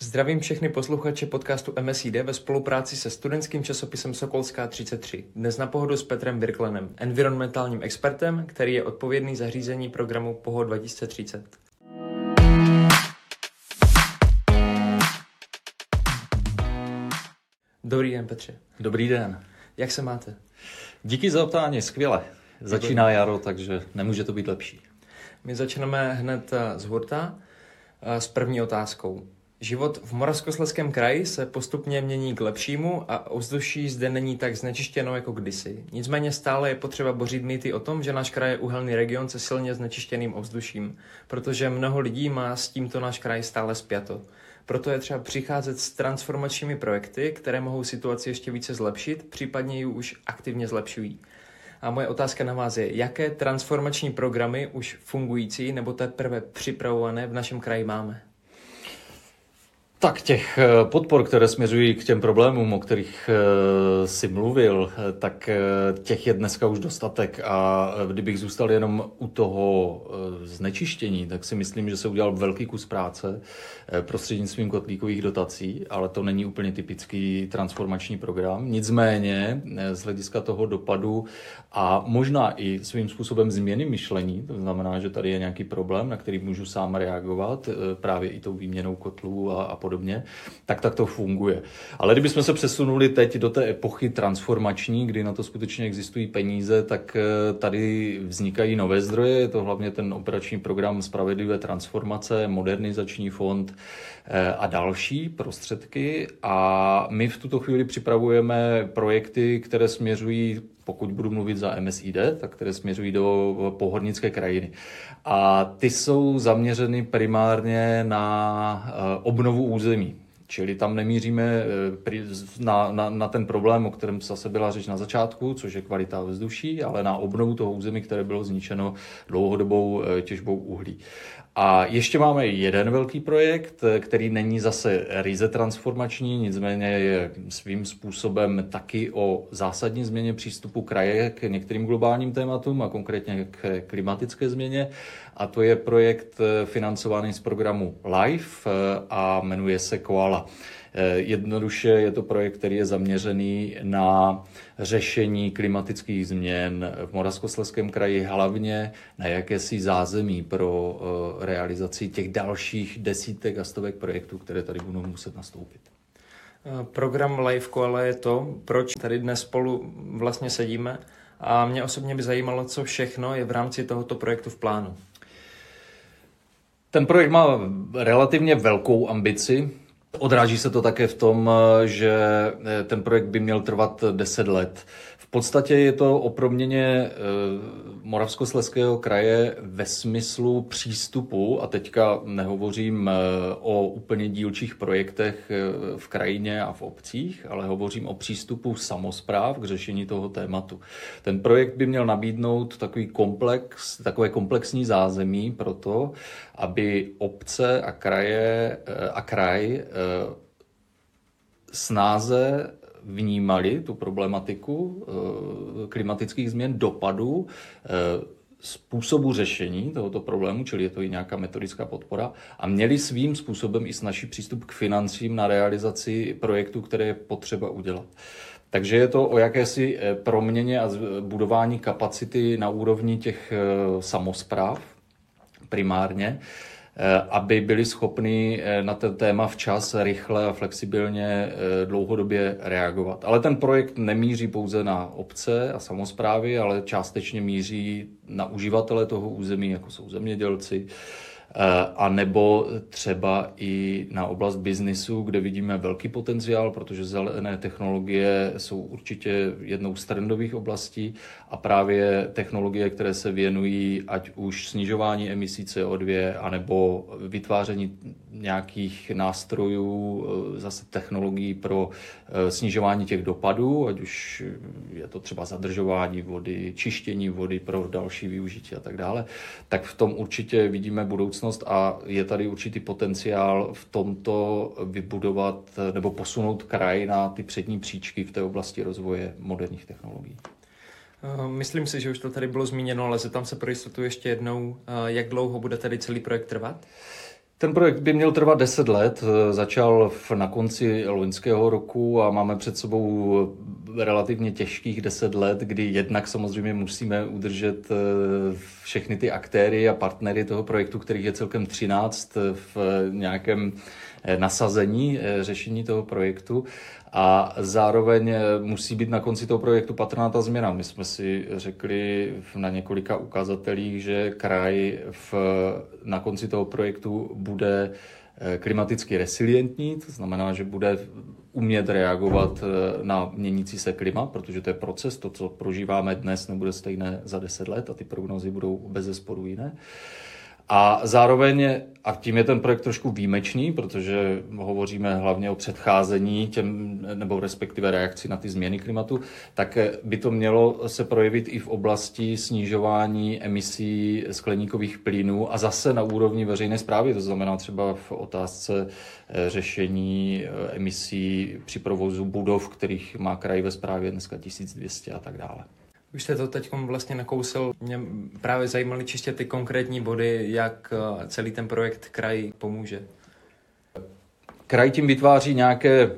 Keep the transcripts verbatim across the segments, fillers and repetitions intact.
Zdravím všechny posluchače podcastu M S I D ve spolupráci se studentským časopisem Sokolská třicet tři. Dnes na pohodu s Petrem Birklenem, environmentálním expertem, který je odpovědný za řízení programu Pohod dva tisíce třicet. Dobrý den, Petře. Dobrý den. Jak se máte? Díky za optání, skvěle. Začíná jaro, takže nemůže to být lepší. My začneme hned z hurta s první otázkou. Život v Moravskoslezském kraji se postupně mění k lepšímu a ovzduší zde není tak znečištěno jako kdysi. Nicméně stále je potřeba bořit mýty o tom, že náš kraj je uhelný region se silně znečištěným ovzduším, protože mnoho lidí má s tímto náš kraj stále spjato. Proto je třeba přicházet s transformačními projekty, které mohou situaci ještě více zlepšit, případně ji už aktivně zlepšují. A moje otázka na vás je, jaké transformační programy už fungující nebo teprve připravované v našem kraji máme? Tak těch podpor, které směřují k těm problémům, o kterých si mluvil, tak těch je dneska už dostatek a kdybych zůstal jenom u toho znečištění, tak si myslím, že se udělal velký kus práce prostřednictvím kotlíkových dotací, ale to není úplně typický transformační program. Nicméně z hlediska toho dopadu a možná i svým způsobem změny myšlení, to znamená, že tady je nějaký problém, na který můžu sám reagovat, právě i tou výměnou kotlů a, a podobně, tak tak to funguje. Ale kdybychom se přesunuli teď do té epochy transformační, kdy na to skutečně existují peníze, tak tady vznikají nové zdroje, je to hlavně ten operační program Spravedlivé transformace, Modernizační fond a další prostředky. A my v tuto chvíli připravujeme projekty, které směřují, pokud budu mluvit za M S I D, tak které směřují do pohodnické krajiny. A ty jsou zaměřeny primárně na obnovu území. Čili tam nemíříme na, na, na ten problém, o kterém zase byla řeč na začátku, což je kvalita vzduší, ale na obnovu toho území, které bylo zničeno dlouhodobou těžbou uhlí. A ještě máme jeden velký projekt, který není zase ryze transformační, nicméně je svým způsobem taky o zásadní změně přístupu kraje k některým globálním tématům a konkrétně k klimatické změně. A to je projekt financovaný z programu LIFE a jmenuje se Koala. Jednoduše je to projekt, který je zaměřený na řešení klimatických změn v Moravskoslezském kraji, hlavně na jakési zázemí pro realizaci těch dalších desítek a stovek projektů, které tady budou muset nastoupit. Program Life Koala je to, proč tady dnes spolu vlastně sedíme, a mě osobně by zajímalo, co všechno je v rámci tohoto projektu v plánu. Ten projekt má relativně velkou ambici. Odráží se to také v tom, že ten projekt by měl trvat deset let. V podstatě je to o proměně Moravskoslezského kraje ve smyslu přístupu, a teďka nehovořím o úplně dílčích projektech v krajině a v obcích, ale hovořím o přístupu samospráv k řešení toho tématu. Ten projekt by měl nabídnout takový komplex, takové komplexní zázemí pro to, aby obce a kraje a kraj snáze vnímali tu problematiku klimatických změn, dopadů, způsobu řešení tohoto problému, čili je to i nějaká metodická podpora, a měli svým způsobem i snažší přístup k financím na realizaci projektů, které je potřeba udělat. Takže je to o jakési proměně a budování kapacity na úrovni těch samospráv primárně, aby byli schopni na ten téma včas, rychle a flexibilně dlouhodobě reagovat. Ale ten projekt nemíří pouze na obce a samosprávy, ale částečně míří na uživatele toho území, jako jsou zemědělci, a nebo třeba i na oblast biznisu, kde vidíme velký potenciál, protože zelené technologie jsou určitě jednou z trendových oblastí a právě technologie, které se věnují ať už snižování emisí C O dva, anebo vytváření nějakých nástrojů, zase technologií pro snižování těch dopadů, ať už je to třeba zadržování vody, čištění vody pro další využití a tak dále, tak v tom určitě vidíme budoucnost a je tady určitý potenciál v tomto vybudovat nebo posunout kraj na ty přední příčky v té oblasti rozvoje moderních technologií. Myslím si, že už to tady bylo zmíněno, ale zeptám se pro jistotu ještě jednou, jak dlouho bude tady celý projekt trvat? Ten projekt by měl trvat deset let, začal v, na konci loňského roku a máme před sebou relativně těžkých deset let, kdy jednak samozřejmě musíme udržet všechny ty aktéry a partnery toho projektu, kterých je celkem třináct v nějakém nasazení řešení toho projektu a zároveň musí být na konci toho projektu patrná ta změna. My jsme si řekli na několika ukazatelích, že kraj v, na konci toho projektu bude klimaticky resilientní, to znamená, že bude umět reagovat na měnící se klima, protože to je proces, to, co prožíváme dnes, nebude stejné za deset let a ty prognózy budou bezesporu jiné. A zároveň, a tím je ten projekt trošku výjimečný, protože hovoříme hlavně o předcházení těm, nebo respektive reakci na ty změny klimatu, tak by to mělo se projevit i v oblasti snižování emisí skleníkových plynů a zase na úrovni veřejné správy, to znamená třeba v otázce řešení emisí při provozu budov, kterých má kraj ve správě dneska tisíc dvě stě a tak dále. Už jste to teď vlastně nakousil. Mě právě zajímaly čistě ty konkrétní body, jak celý ten projekt kraj pomůže. Kraj tím vytváří nějaké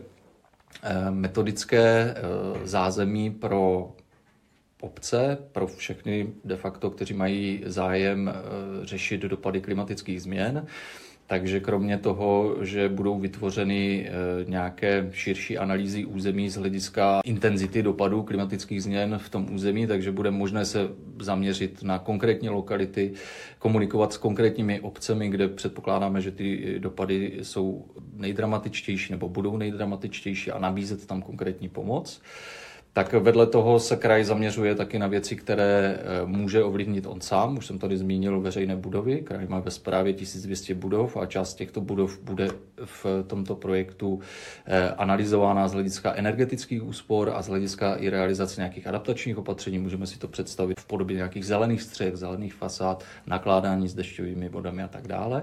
metodické zázemí pro obce, pro všechny de facto, kteří mají zájem řešit dopady klimatických změn. Takže kromě toho, že budou vytvořeny nějaké širší analýzy území z hlediska intenzity dopadů klimatických změn v tom území, takže bude možné se zaměřit na konkrétní lokality, komunikovat s konkrétními obcemi, kde předpokládáme, že ty dopady jsou nejdramatičtější nebo budou nejdramatičtější a nabízet tam konkrétní pomoc. Tak vedle toho se kraj zaměřuje taky na věci, které může ovlivnit on sám. Už jsem tady zmínil veřejné budovy. Kraj má ve správě tisíc dvě stě budov a část těchto budov bude v tomto projektu analyzována z hlediska energetických úspor a z hlediska i realizace nějakých adaptačních opatření. Můžeme si to představit v podobě nějakých zelených střech, zelených fasád, nakládání s dešťovými vodami a tak dále.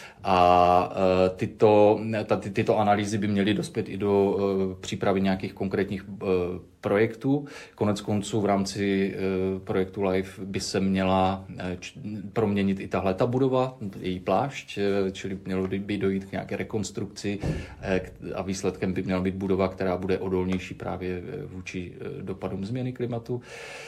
A tyto, ty, tyto analýzy by měly dospět i do přípravy nějakých konkrétních projektů. Konec konců v rámci projektu LIFE by se měla proměnit i tahle ta budova, její plášť, čili mělo by dojít k nějaké rekonstrukci a výsledkem by měla být budova, která bude odolnější právě vůči dopadům změny klimatu.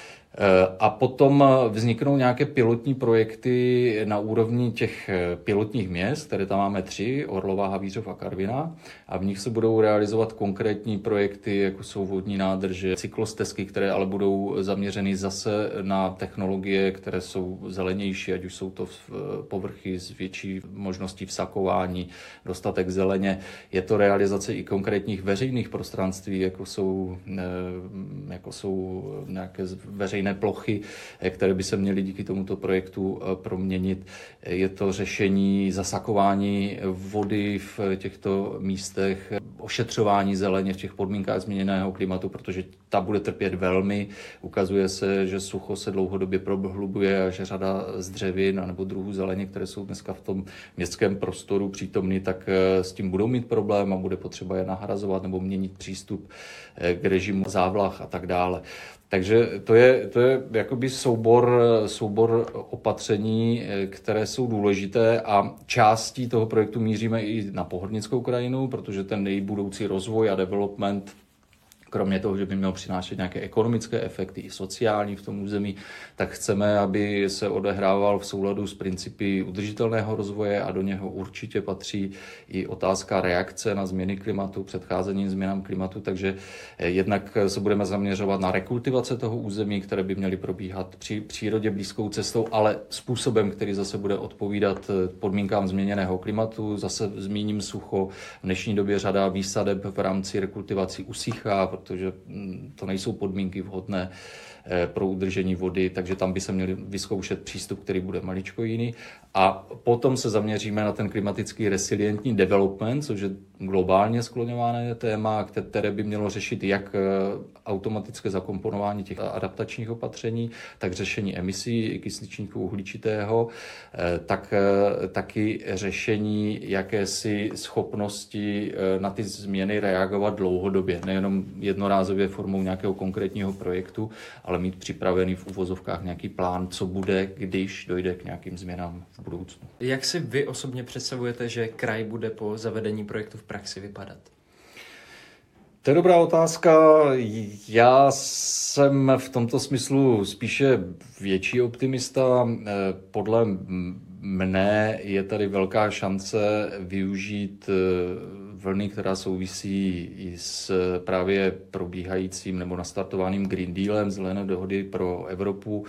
A potom vzniknou nějaké pilotní projekty na úrovni těch pilotních měst, které tam máme tři, Orlová, Havířov a Karviná, a v nich se budou realizovat konkrétní projekty, jako jsou vodní nádrže, cyklostezky, které ale budou zaměřeny zase na technologie, které jsou zelenější, ať už jsou to povrchy s větší možností vsakování, dostatek zeleně. Je to realizace i konkrétních veřejných prostranství, jako jsou, jako jsou nějaké veřejné plochy, které by se měly díky tomuto projektu proměnit. Je to řešení zasakování vody v těchto místech, ošetřování zeleně v těch podmínkách změněného klimatu, protože ta bude trpět velmi. Ukazuje se, že sucho se dlouhodobě prohlubuje a že řada z dřevin nebo druhů zeleně, které jsou dneska v tom městském prostoru přítomny, tak s tím budou mít problém a bude potřeba je nahrazovat nebo měnit přístup k režimu závlah a tak dále. Takže to je, to je jakoby soubor, soubor opatření, které jsou důležité a částí toho projektu míříme i na pohodnickou krajinu, protože ten její budoucí rozvoj a development, kromě toho, že by měl přinášet nějaké ekonomické efekty i sociální v tom území, tak chceme, aby se odehrával v souladu s principy udržitelného rozvoje a do něho určitě patří i otázka reakce na změny klimatu, předcházení změnám klimatu, takže jednak se budeme zaměřovat na rekultivace toho území, které by měly probíhat při přírodě blízkou cestou, ale způsobem, který zase bude odpovídat podmínkám změněného klimatu. Zase zmíním sucho. V dnešní době řada výsadeb v rámci rekultivací usychá, protože to nejsou podmínky vhodné pro udržení vody, takže tam by se měli vyzkoušet přístup, který bude maličko jiný. A potom se zaměříme na ten klimatický resilientní development, což je globálně skloňované téma, které by mělo řešit jak automatické zakomponování těch adaptačních opatření, tak řešení emisí kysličníku uhličitého, tak taky řešení jakési schopnosti na ty změny reagovat dlouhodobě, nejenom jednorázově formou nějakého konkrétního projektu, ale mít připravený v uvozovkách nějaký plán, co bude, když dojde k nějakým změnám v budoucnu. Jak si vy osobně představujete, že kraj bude po zavedení projektu v praxi vypadat? To je dobrá otázka. Já jsem v tomto smyslu spíše větší optimista. Podle mne je tady velká šance využít vlny, která souvisí i s právě probíhajícím nebo nastartovaným Green Dealem, zelené dohody pro Evropu,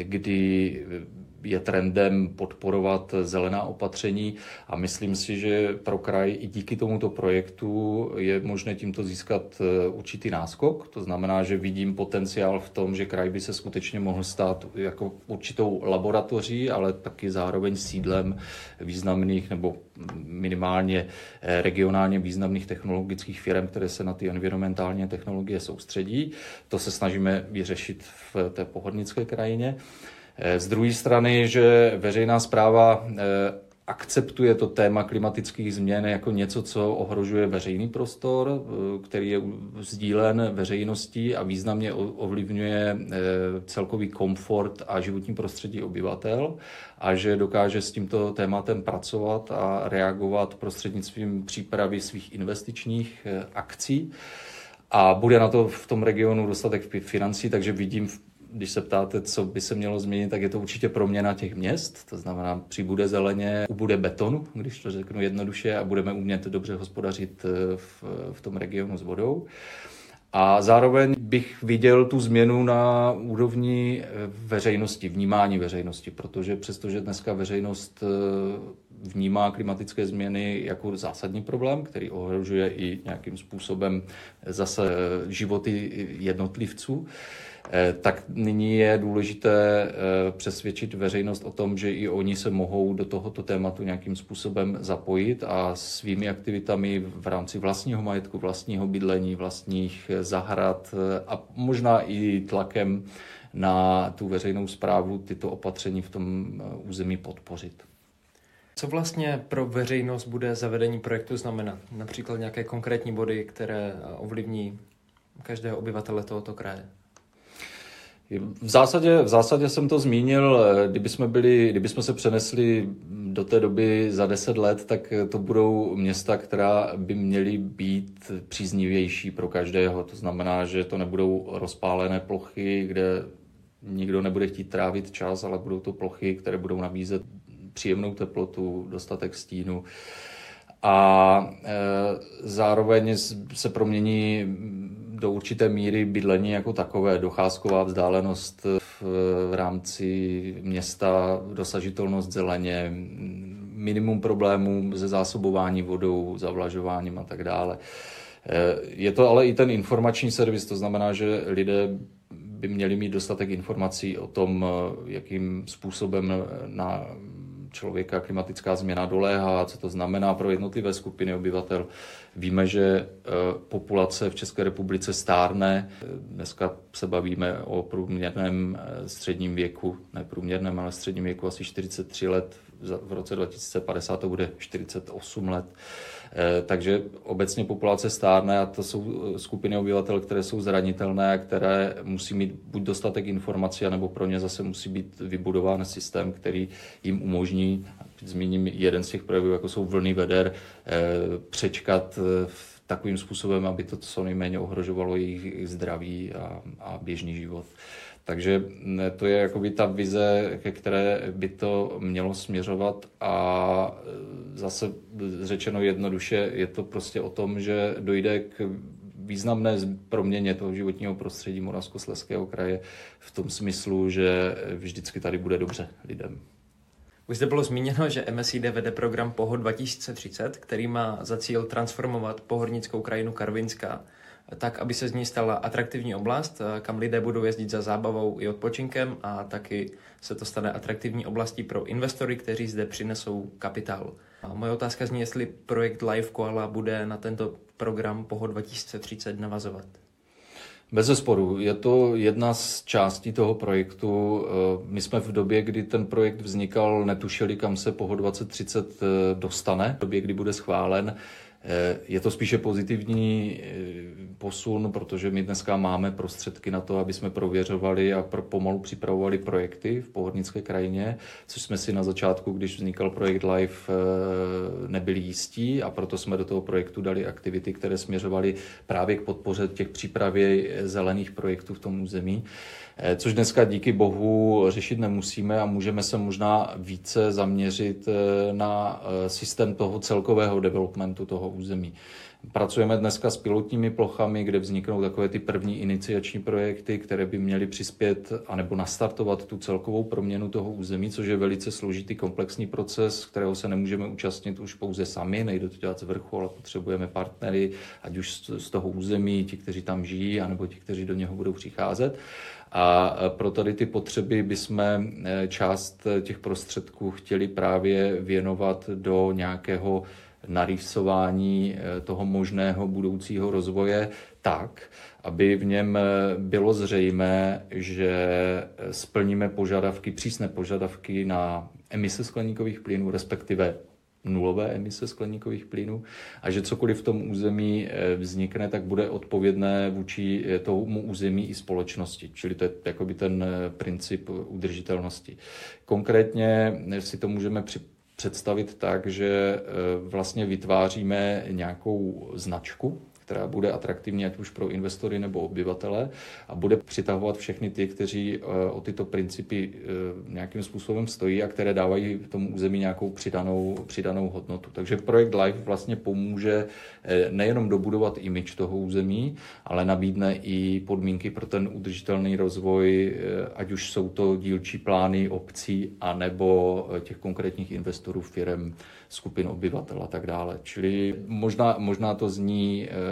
kdy je trendem podporovat zelená opatření a myslím si, že pro kraj i díky tomuto projektu je možné tímto získat určitý náskok. To znamená, že vidím potenciál v tom, že kraj by se skutečně mohl stát jako určitou laboratoří, ale taky zároveň sídlem významných nebo minimálně regionálně významných technologických firm, které se na ty environmentální technologie soustředí. To se snažíme vyřešit v té pohodnické krajině. Z druhé strany, že veřejná správa akceptuje to téma klimatických změn jako něco, co ohrožuje veřejný prostor, který je sdílen veřejností a významně ovlivňuje celkový komfort a životní prostředí obyvatel a že dokáže s tímto tématem pracovat a reagovat prostřednictvím přípravy svých investičních akcí. A bude na to v tom regionu dostatek financí, takže vidím, když se ptáte, co by se mělo změnit, tak je to určitě proměna těch měst, to znamená přibude zeleně, ubude betonu, když to řeknu jednoduše, a budeme umět dobře hospodařit v, v tom regionu s vodou. A zároveň bych viděl tu změnu na úrovni veřejnosti, vnímání veřejnosti, protože přestože dneska veřejnost vnímá klimatické změny jako zásadní problém, který ohrožuje i nějakým způsobem zase životy jednotlivců, tak nyní je důležité přesvědčit veřejnost o tom, že i oni se mohou do tohoto tématu nějakým způsobem zapojit a svými aktivitami v rámci vlastního majetku, vlastního bydlení, vlastních zahrad a možná i tlakem na tu veřejnou správu tyto opatření v tom území podpořit. Co vlastně pro veřejnost bude zavedení projektu znamenat? Například nějaké konkrétní body, které ovlivní každého obyvatele tohoto kraje? V zásadě, v zásadě jsem to zmínil, kdybychom, byli, kdybychom se přenesli do té doby za deset let, tak to budou města, která by měly být příznivější pro každého. To znamená, že to nebudou rozpálené plochy, kde nikdo nebude chtít trávit čas, ale budou to plochy, které budou nabízet příjemnou teplotu, dostatek stínu. A e, zároveň se promění do určité míry bydlení jako takové, docházková vzdálenost v, v rámci města, dosažitelnost zeleně, minimum problémů se zásobování vodou, zavlažováním a tak dále. Je to ale i ten informační servis, to znamená, že lidé by měli mít dostatek informací o tom, jakým způsobem na člověka klimatická změna doléhá, co to znamená pro jednotlivé skupiny obyvatel. Víme, že populace v České republice stárne. Dneska se bavíme o průměrném středním věku, ne průměrném, ale středním věku asi čtyřicet tři let. V roce dva tisíce padesát to bude čtyřicet osm let. Takže obecně populace stárne a to jsou skupiny obyvatel, které jsou zranitelné a které musí mít buď dostatek informací, anebo pro ně zase musí být vybudován systém, který jim umožní, zmíním jeden z těch projevů, jako jsou vlny veder, přečkat takovým způsobem, aby to co nejméně ohrožovalo jejich zdraví a, a běžný život. Takže to je jakoby ta vize, ke které by to mělo směřovat a zase řečeno jednoduše, je to prostě o tom, že dojde k významné proměně toho životního prostředí Moravskoslezského kraje v tom smyslu, že vždycky tady bude dobře lidem. Už zde bylo zmíněno, že M S I D vede program Pohod dva tisíce třicet, který má za cíl transformovat pohodnickou krajinu Karvinská tak, aby se z ní stala atraktivní oblast, kam lidé budou jezdit za zábavou i odpočinkem a taky se to stane atraktivní oblastí pro investory, kteří zde přinesou kapitál. A moje otázka zní, jestli projekt Life Koala bude na tento program Poho dva tisíce třicet navazovat. Bezesporu, je to jedna z částí toho projektu. My jsme v době, kdy ten projekt vznikal, netušili, kam se Poho dvacet třicet dostane. V době, kdy bude schválen, je to spíše pozitivní posun, protože my dneska máme prostředky na to, aby jsme prověřovali a pomalu připravovali projekty v pohodnické krajině, což jsme si na začátku, když vznikal projekt Life, nebyli jistí, a proto jsme do toho projektu dali aktivity, které směřovaly právě k podpoře těch přípravě zelených projektů v tom území, což dneska díky bohu řešit nemusíme a můžeme se možná více zaměřit na systém toho celkového developmentu toho území. Pracujeme dneska s pilotními plochami, kde vzniknou takové ty první iniciační projekty, které by měly přispět anebo nastartovat tu celkovou proměnu toho území, což je velice složitý komplexní proces, kterého se nemůžeme účastnit už pouze sami, nejde to dělat z vrchu, ale potřebujeme partnery, ať už z toho území, ti, kteří tam žijí, anebo ti, kteří do něho budou přicházet. A pro tady ty potřeby bychom část těch prostředků chtěli právě věnovat do nějakého narýsování toho možného budoucího rozvoje tak, aby v něm bylo zřejmé, že splníme požadavky, přísné požadavky na emise skleníkových plynů, respektive nulové emise skleníkových plynů, a že cokoliv v tom území vznikne, tak bude odpovědné vůči tomu území i společnosti. Čili to je jakoby ten princip udržitelnosti. Konkrétně si to můžeme při představit tak, že vlastně vytváříme nějakou značku, která bude atraktivní ať už pro investory nebo obyvatele a bude přitahovat všechny ty, kteří o tyto principy nějakým způsobem stojí a které dávají tomu území nějakou přidanou, přidanou hodnotu. Takže projekt Life vlastně pomůže nejenom dobudovat image toho území, ale nabídne i podmínky pro ten udržitelný rozvoj, ať už jsou to dílčí plány obcí anebo těch konkrétních investorů, firem, skupin obyvatel a tak dále. Čili možná, možná to zní e,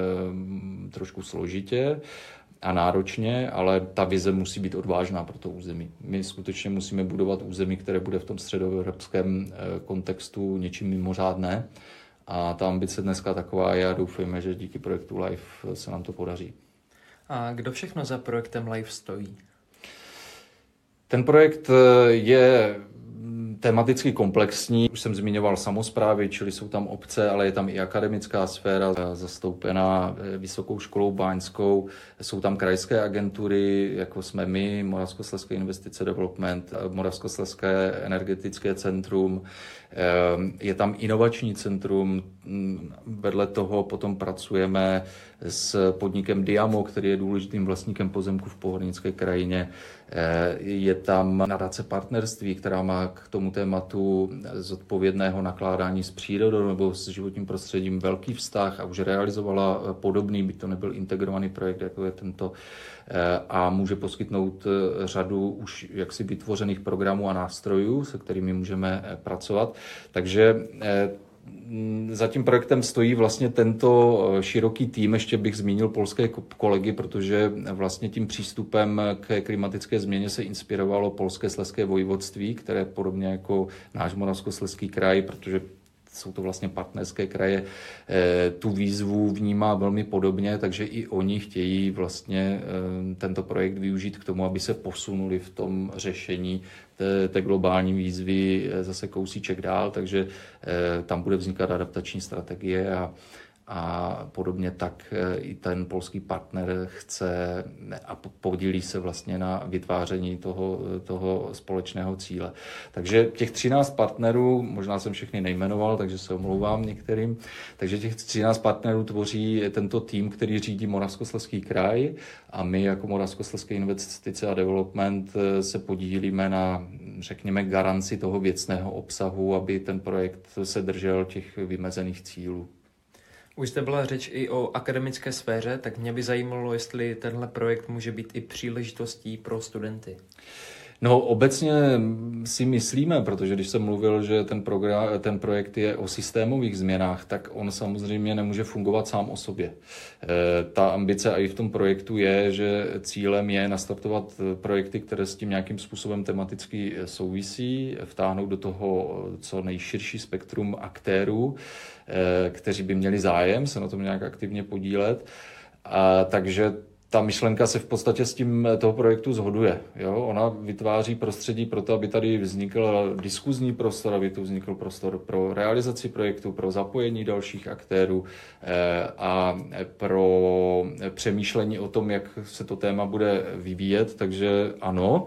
trošku složitě a náročně, ale ta vize musí být odvážná pro to území. My skutečně musíme budovat území, které bude v tom středoevropském e, kontextu něčím mimořádné. A ta ambice dneska taková je a doufejme, že díky projektu Life se nám to podaří. A kdo všechno za projektem Life stojí? Ten projekt je tematicky komplexní. Už jsem zmiňoval samosprávy, čili jsou tam obce, ale je tam i akademická sféra zastoupená Vysokou školou báňskou. Jsou tam krajské agentury, jako jsme my, Moravskoslezské investice development, Moravskoslezské energetické centrum. Je tam inovační centrum. Vedle toho potom pracujeme s podnikem Diamo, který je důležitým vlastníkem pozemku v pohodnické krajině. Je tam nadace partnerství, která má k tomu tématu zodpovědného nakládání s přírodou nebo s životním prostředím velký vztah a už realizovala podobný, byť to nebyl integrovaný projekt, jako je tento, a může poskytnout řadu už jaksi vytvořených programů a nástrojů, se kterými můžeme pracovat. Takže za tím projektem stojí vlastně tento široký tým, ještě bych zmínil polské kolegy, protože vlastně tím přístupem k klimatické změně se inspirovalo polské slezské vojvodství, které podobně jako náš Moravskoslezský kraj, protože jsou to vlastně partnerské kraje, tu výzvu vnímá velmi podobně, takže i oni chtějí vlastně tento projekt využít k tomu, aby se posunuli v tom řešení té, té globální výzvy zase kousíček dál, takže tam bude vznikat adaptační strategie a a podobně tak i ten polský partner chce a podílí se vlastně na vytváření toho, toho společného cíle. Takže těch třináct partnerů, možná jsem všechny nejmenoval, takže se omlouvám některým, takže těch třináct partnerů tvoří tento tým, který řídí Moravskoslezský kraj a my jako Moravskoslezské investice a development se podílíme na, řekněme, garanci toho věcného obsahu, aby ten projekt se držel těch vymezených cílů. Už zde byla řeč i o akademické sféře, tak mě by zajímalo, jestli tenhle projekt může být i příležitostí pro studenty. No obecně si myslíme, protože když jsem mluvil, že ten, program, ten projekt je o systémových změnách, tak on samozřejmě nemůže fungovat sám o sobě. Ta ambice i v tom projektu je, že cílem je nastartovat projekty, které s tím nějakým způsobem tematicky souvisí, vtáhnout do toho co nejširší spektrum aktérů, kteří by měli zájem se na tom nějak aktivně podílet. A takže ta myšlenka se v podstatě s tím toho projektu shoduje. Jo? Ona vytváří prostředí pro to, aby tady vznikl diskuzní prostor, aby tu vznikl prostor pro realizaci projektu, pro zapojení dalších aktérů a pro přemýšlení o tom, jak se to téma bude vyvíjet. Takže ano,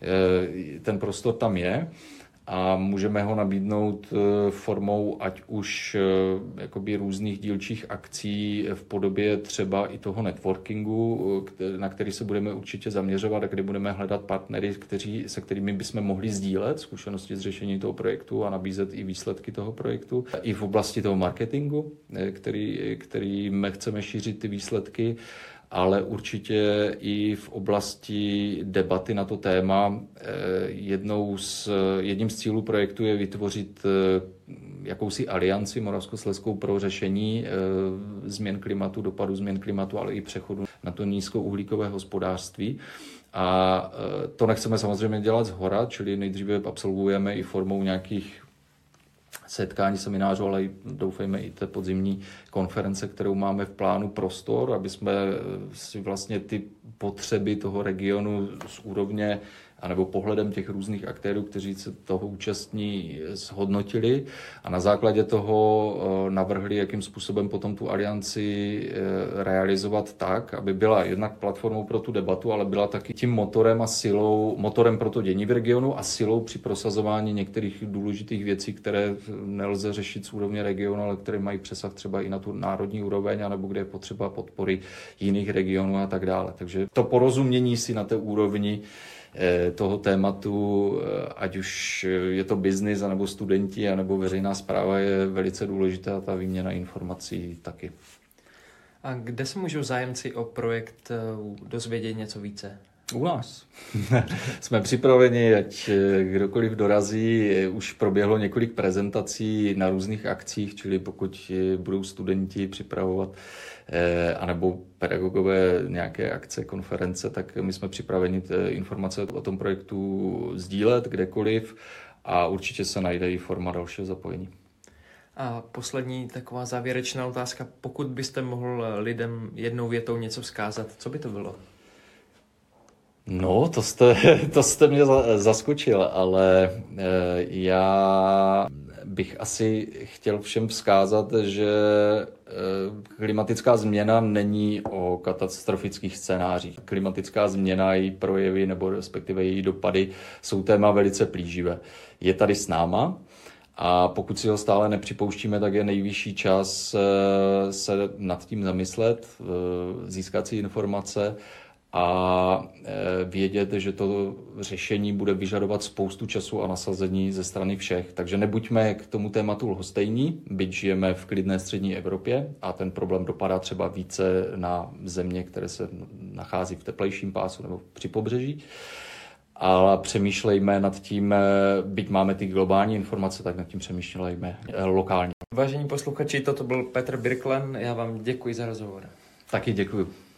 ten prostor tam je. A můžeme ho nabídnout formou ať už jakoby různých dílčích akcí v podobě třeba i toho networkingu, na který se budeme určitě zaměřovat a kde budeme hledat partnery, kteří, se kterými bychom mohli sdílet zkušenosti z řešení toho projektu a nabízet i výsledky toho projektu. I v oblasti toho marketingu, který, kterým chceme šířit ty výsledky, ale určitě i v oblasti debaty na to téma. Jednou z, jedním z cílů projektu je vytvořit jakousi alianci moravskoslezskou pro řešení změn klimatu, dopadu změn klimatu, ale i přechodu na to nízkouhlíkové hospodářství. A to nechceme samozřejmě dělat zhora, čili nejdříve absolvujeme i formou nějakých setkání, seminářů, ale i, doufejme i té podzimní konference, kterou máme v plánu prostor, aby jsme si vlastně ty potřeby toho regionu z úrovně anebo pohledem těch různých aktérů, kteří se toho účastní, zhodnotili a na základě toho navrhli, jakým způsobem potom tu alianci realizovat tak, aby byla jednak platformou pro tu debatu, ale byla taky tím motorem a silou, motorem pro to dění v regionu a silou při prosazování některých důležitých věcí, které nelze řešit z úrovně regionu, ale které mají přesah třeba i na tu národní úroveň, anebo kde je potřeba podpory jiných regionů a tak dále. Takže to porozumění si na té úrovni toho tématu, ať už je to biznis, anebo studenti, anebo veřejná správa, je velice důležitá a ta výměna informací taky. A kde se můžou zájemci o projekt dozvědět něco více? U nás. Jsme připraveni, ať kdokoliv dorazí. Už proběhlo několik prezentací na různých akcích, čili pokud budou studenti připravovat anebo pedagogové nějaké akce, konference, tak my jsme připraveni informace o tom projektu sdílet kdekoliv a určitě se najde i forma dalšího zapojení. A poslední taková závěrečná otázka. Pokud byste mohl lidem jednou větou něco vzkázat, co by to bylo? No, to jste, to jste mě zaskočil, ale já bych asi chtěl všem vzkázat, že klimatická změna není o katastrofických scénářích. Klimatická změna, její projevy nebo respektive její dopady jsou téma velice plíživé. Je tady s náma a pokud si ho stále nepřipouštíme, tak je nejvyšší čas se nad tím zamyslet, získat si informace a vědět, že to řešení bude vyžadovat spoustu času a nasazení ze strany všech. Takže nebuďme k tomu tématu lhostejní, byť žijeme v klidné střední Evropě a ten problém dopadá třeba více na země, které se nachází v teplejším pásu nebo při pobřeží. Ale přemýšlejme nad tím, byť máme ty globální informace, tak nad tím přemýšlejme lokálně. Vážení posluchači, toto byl Petr Birklen, já vám děkuji za rozhovor. Taky děkuji.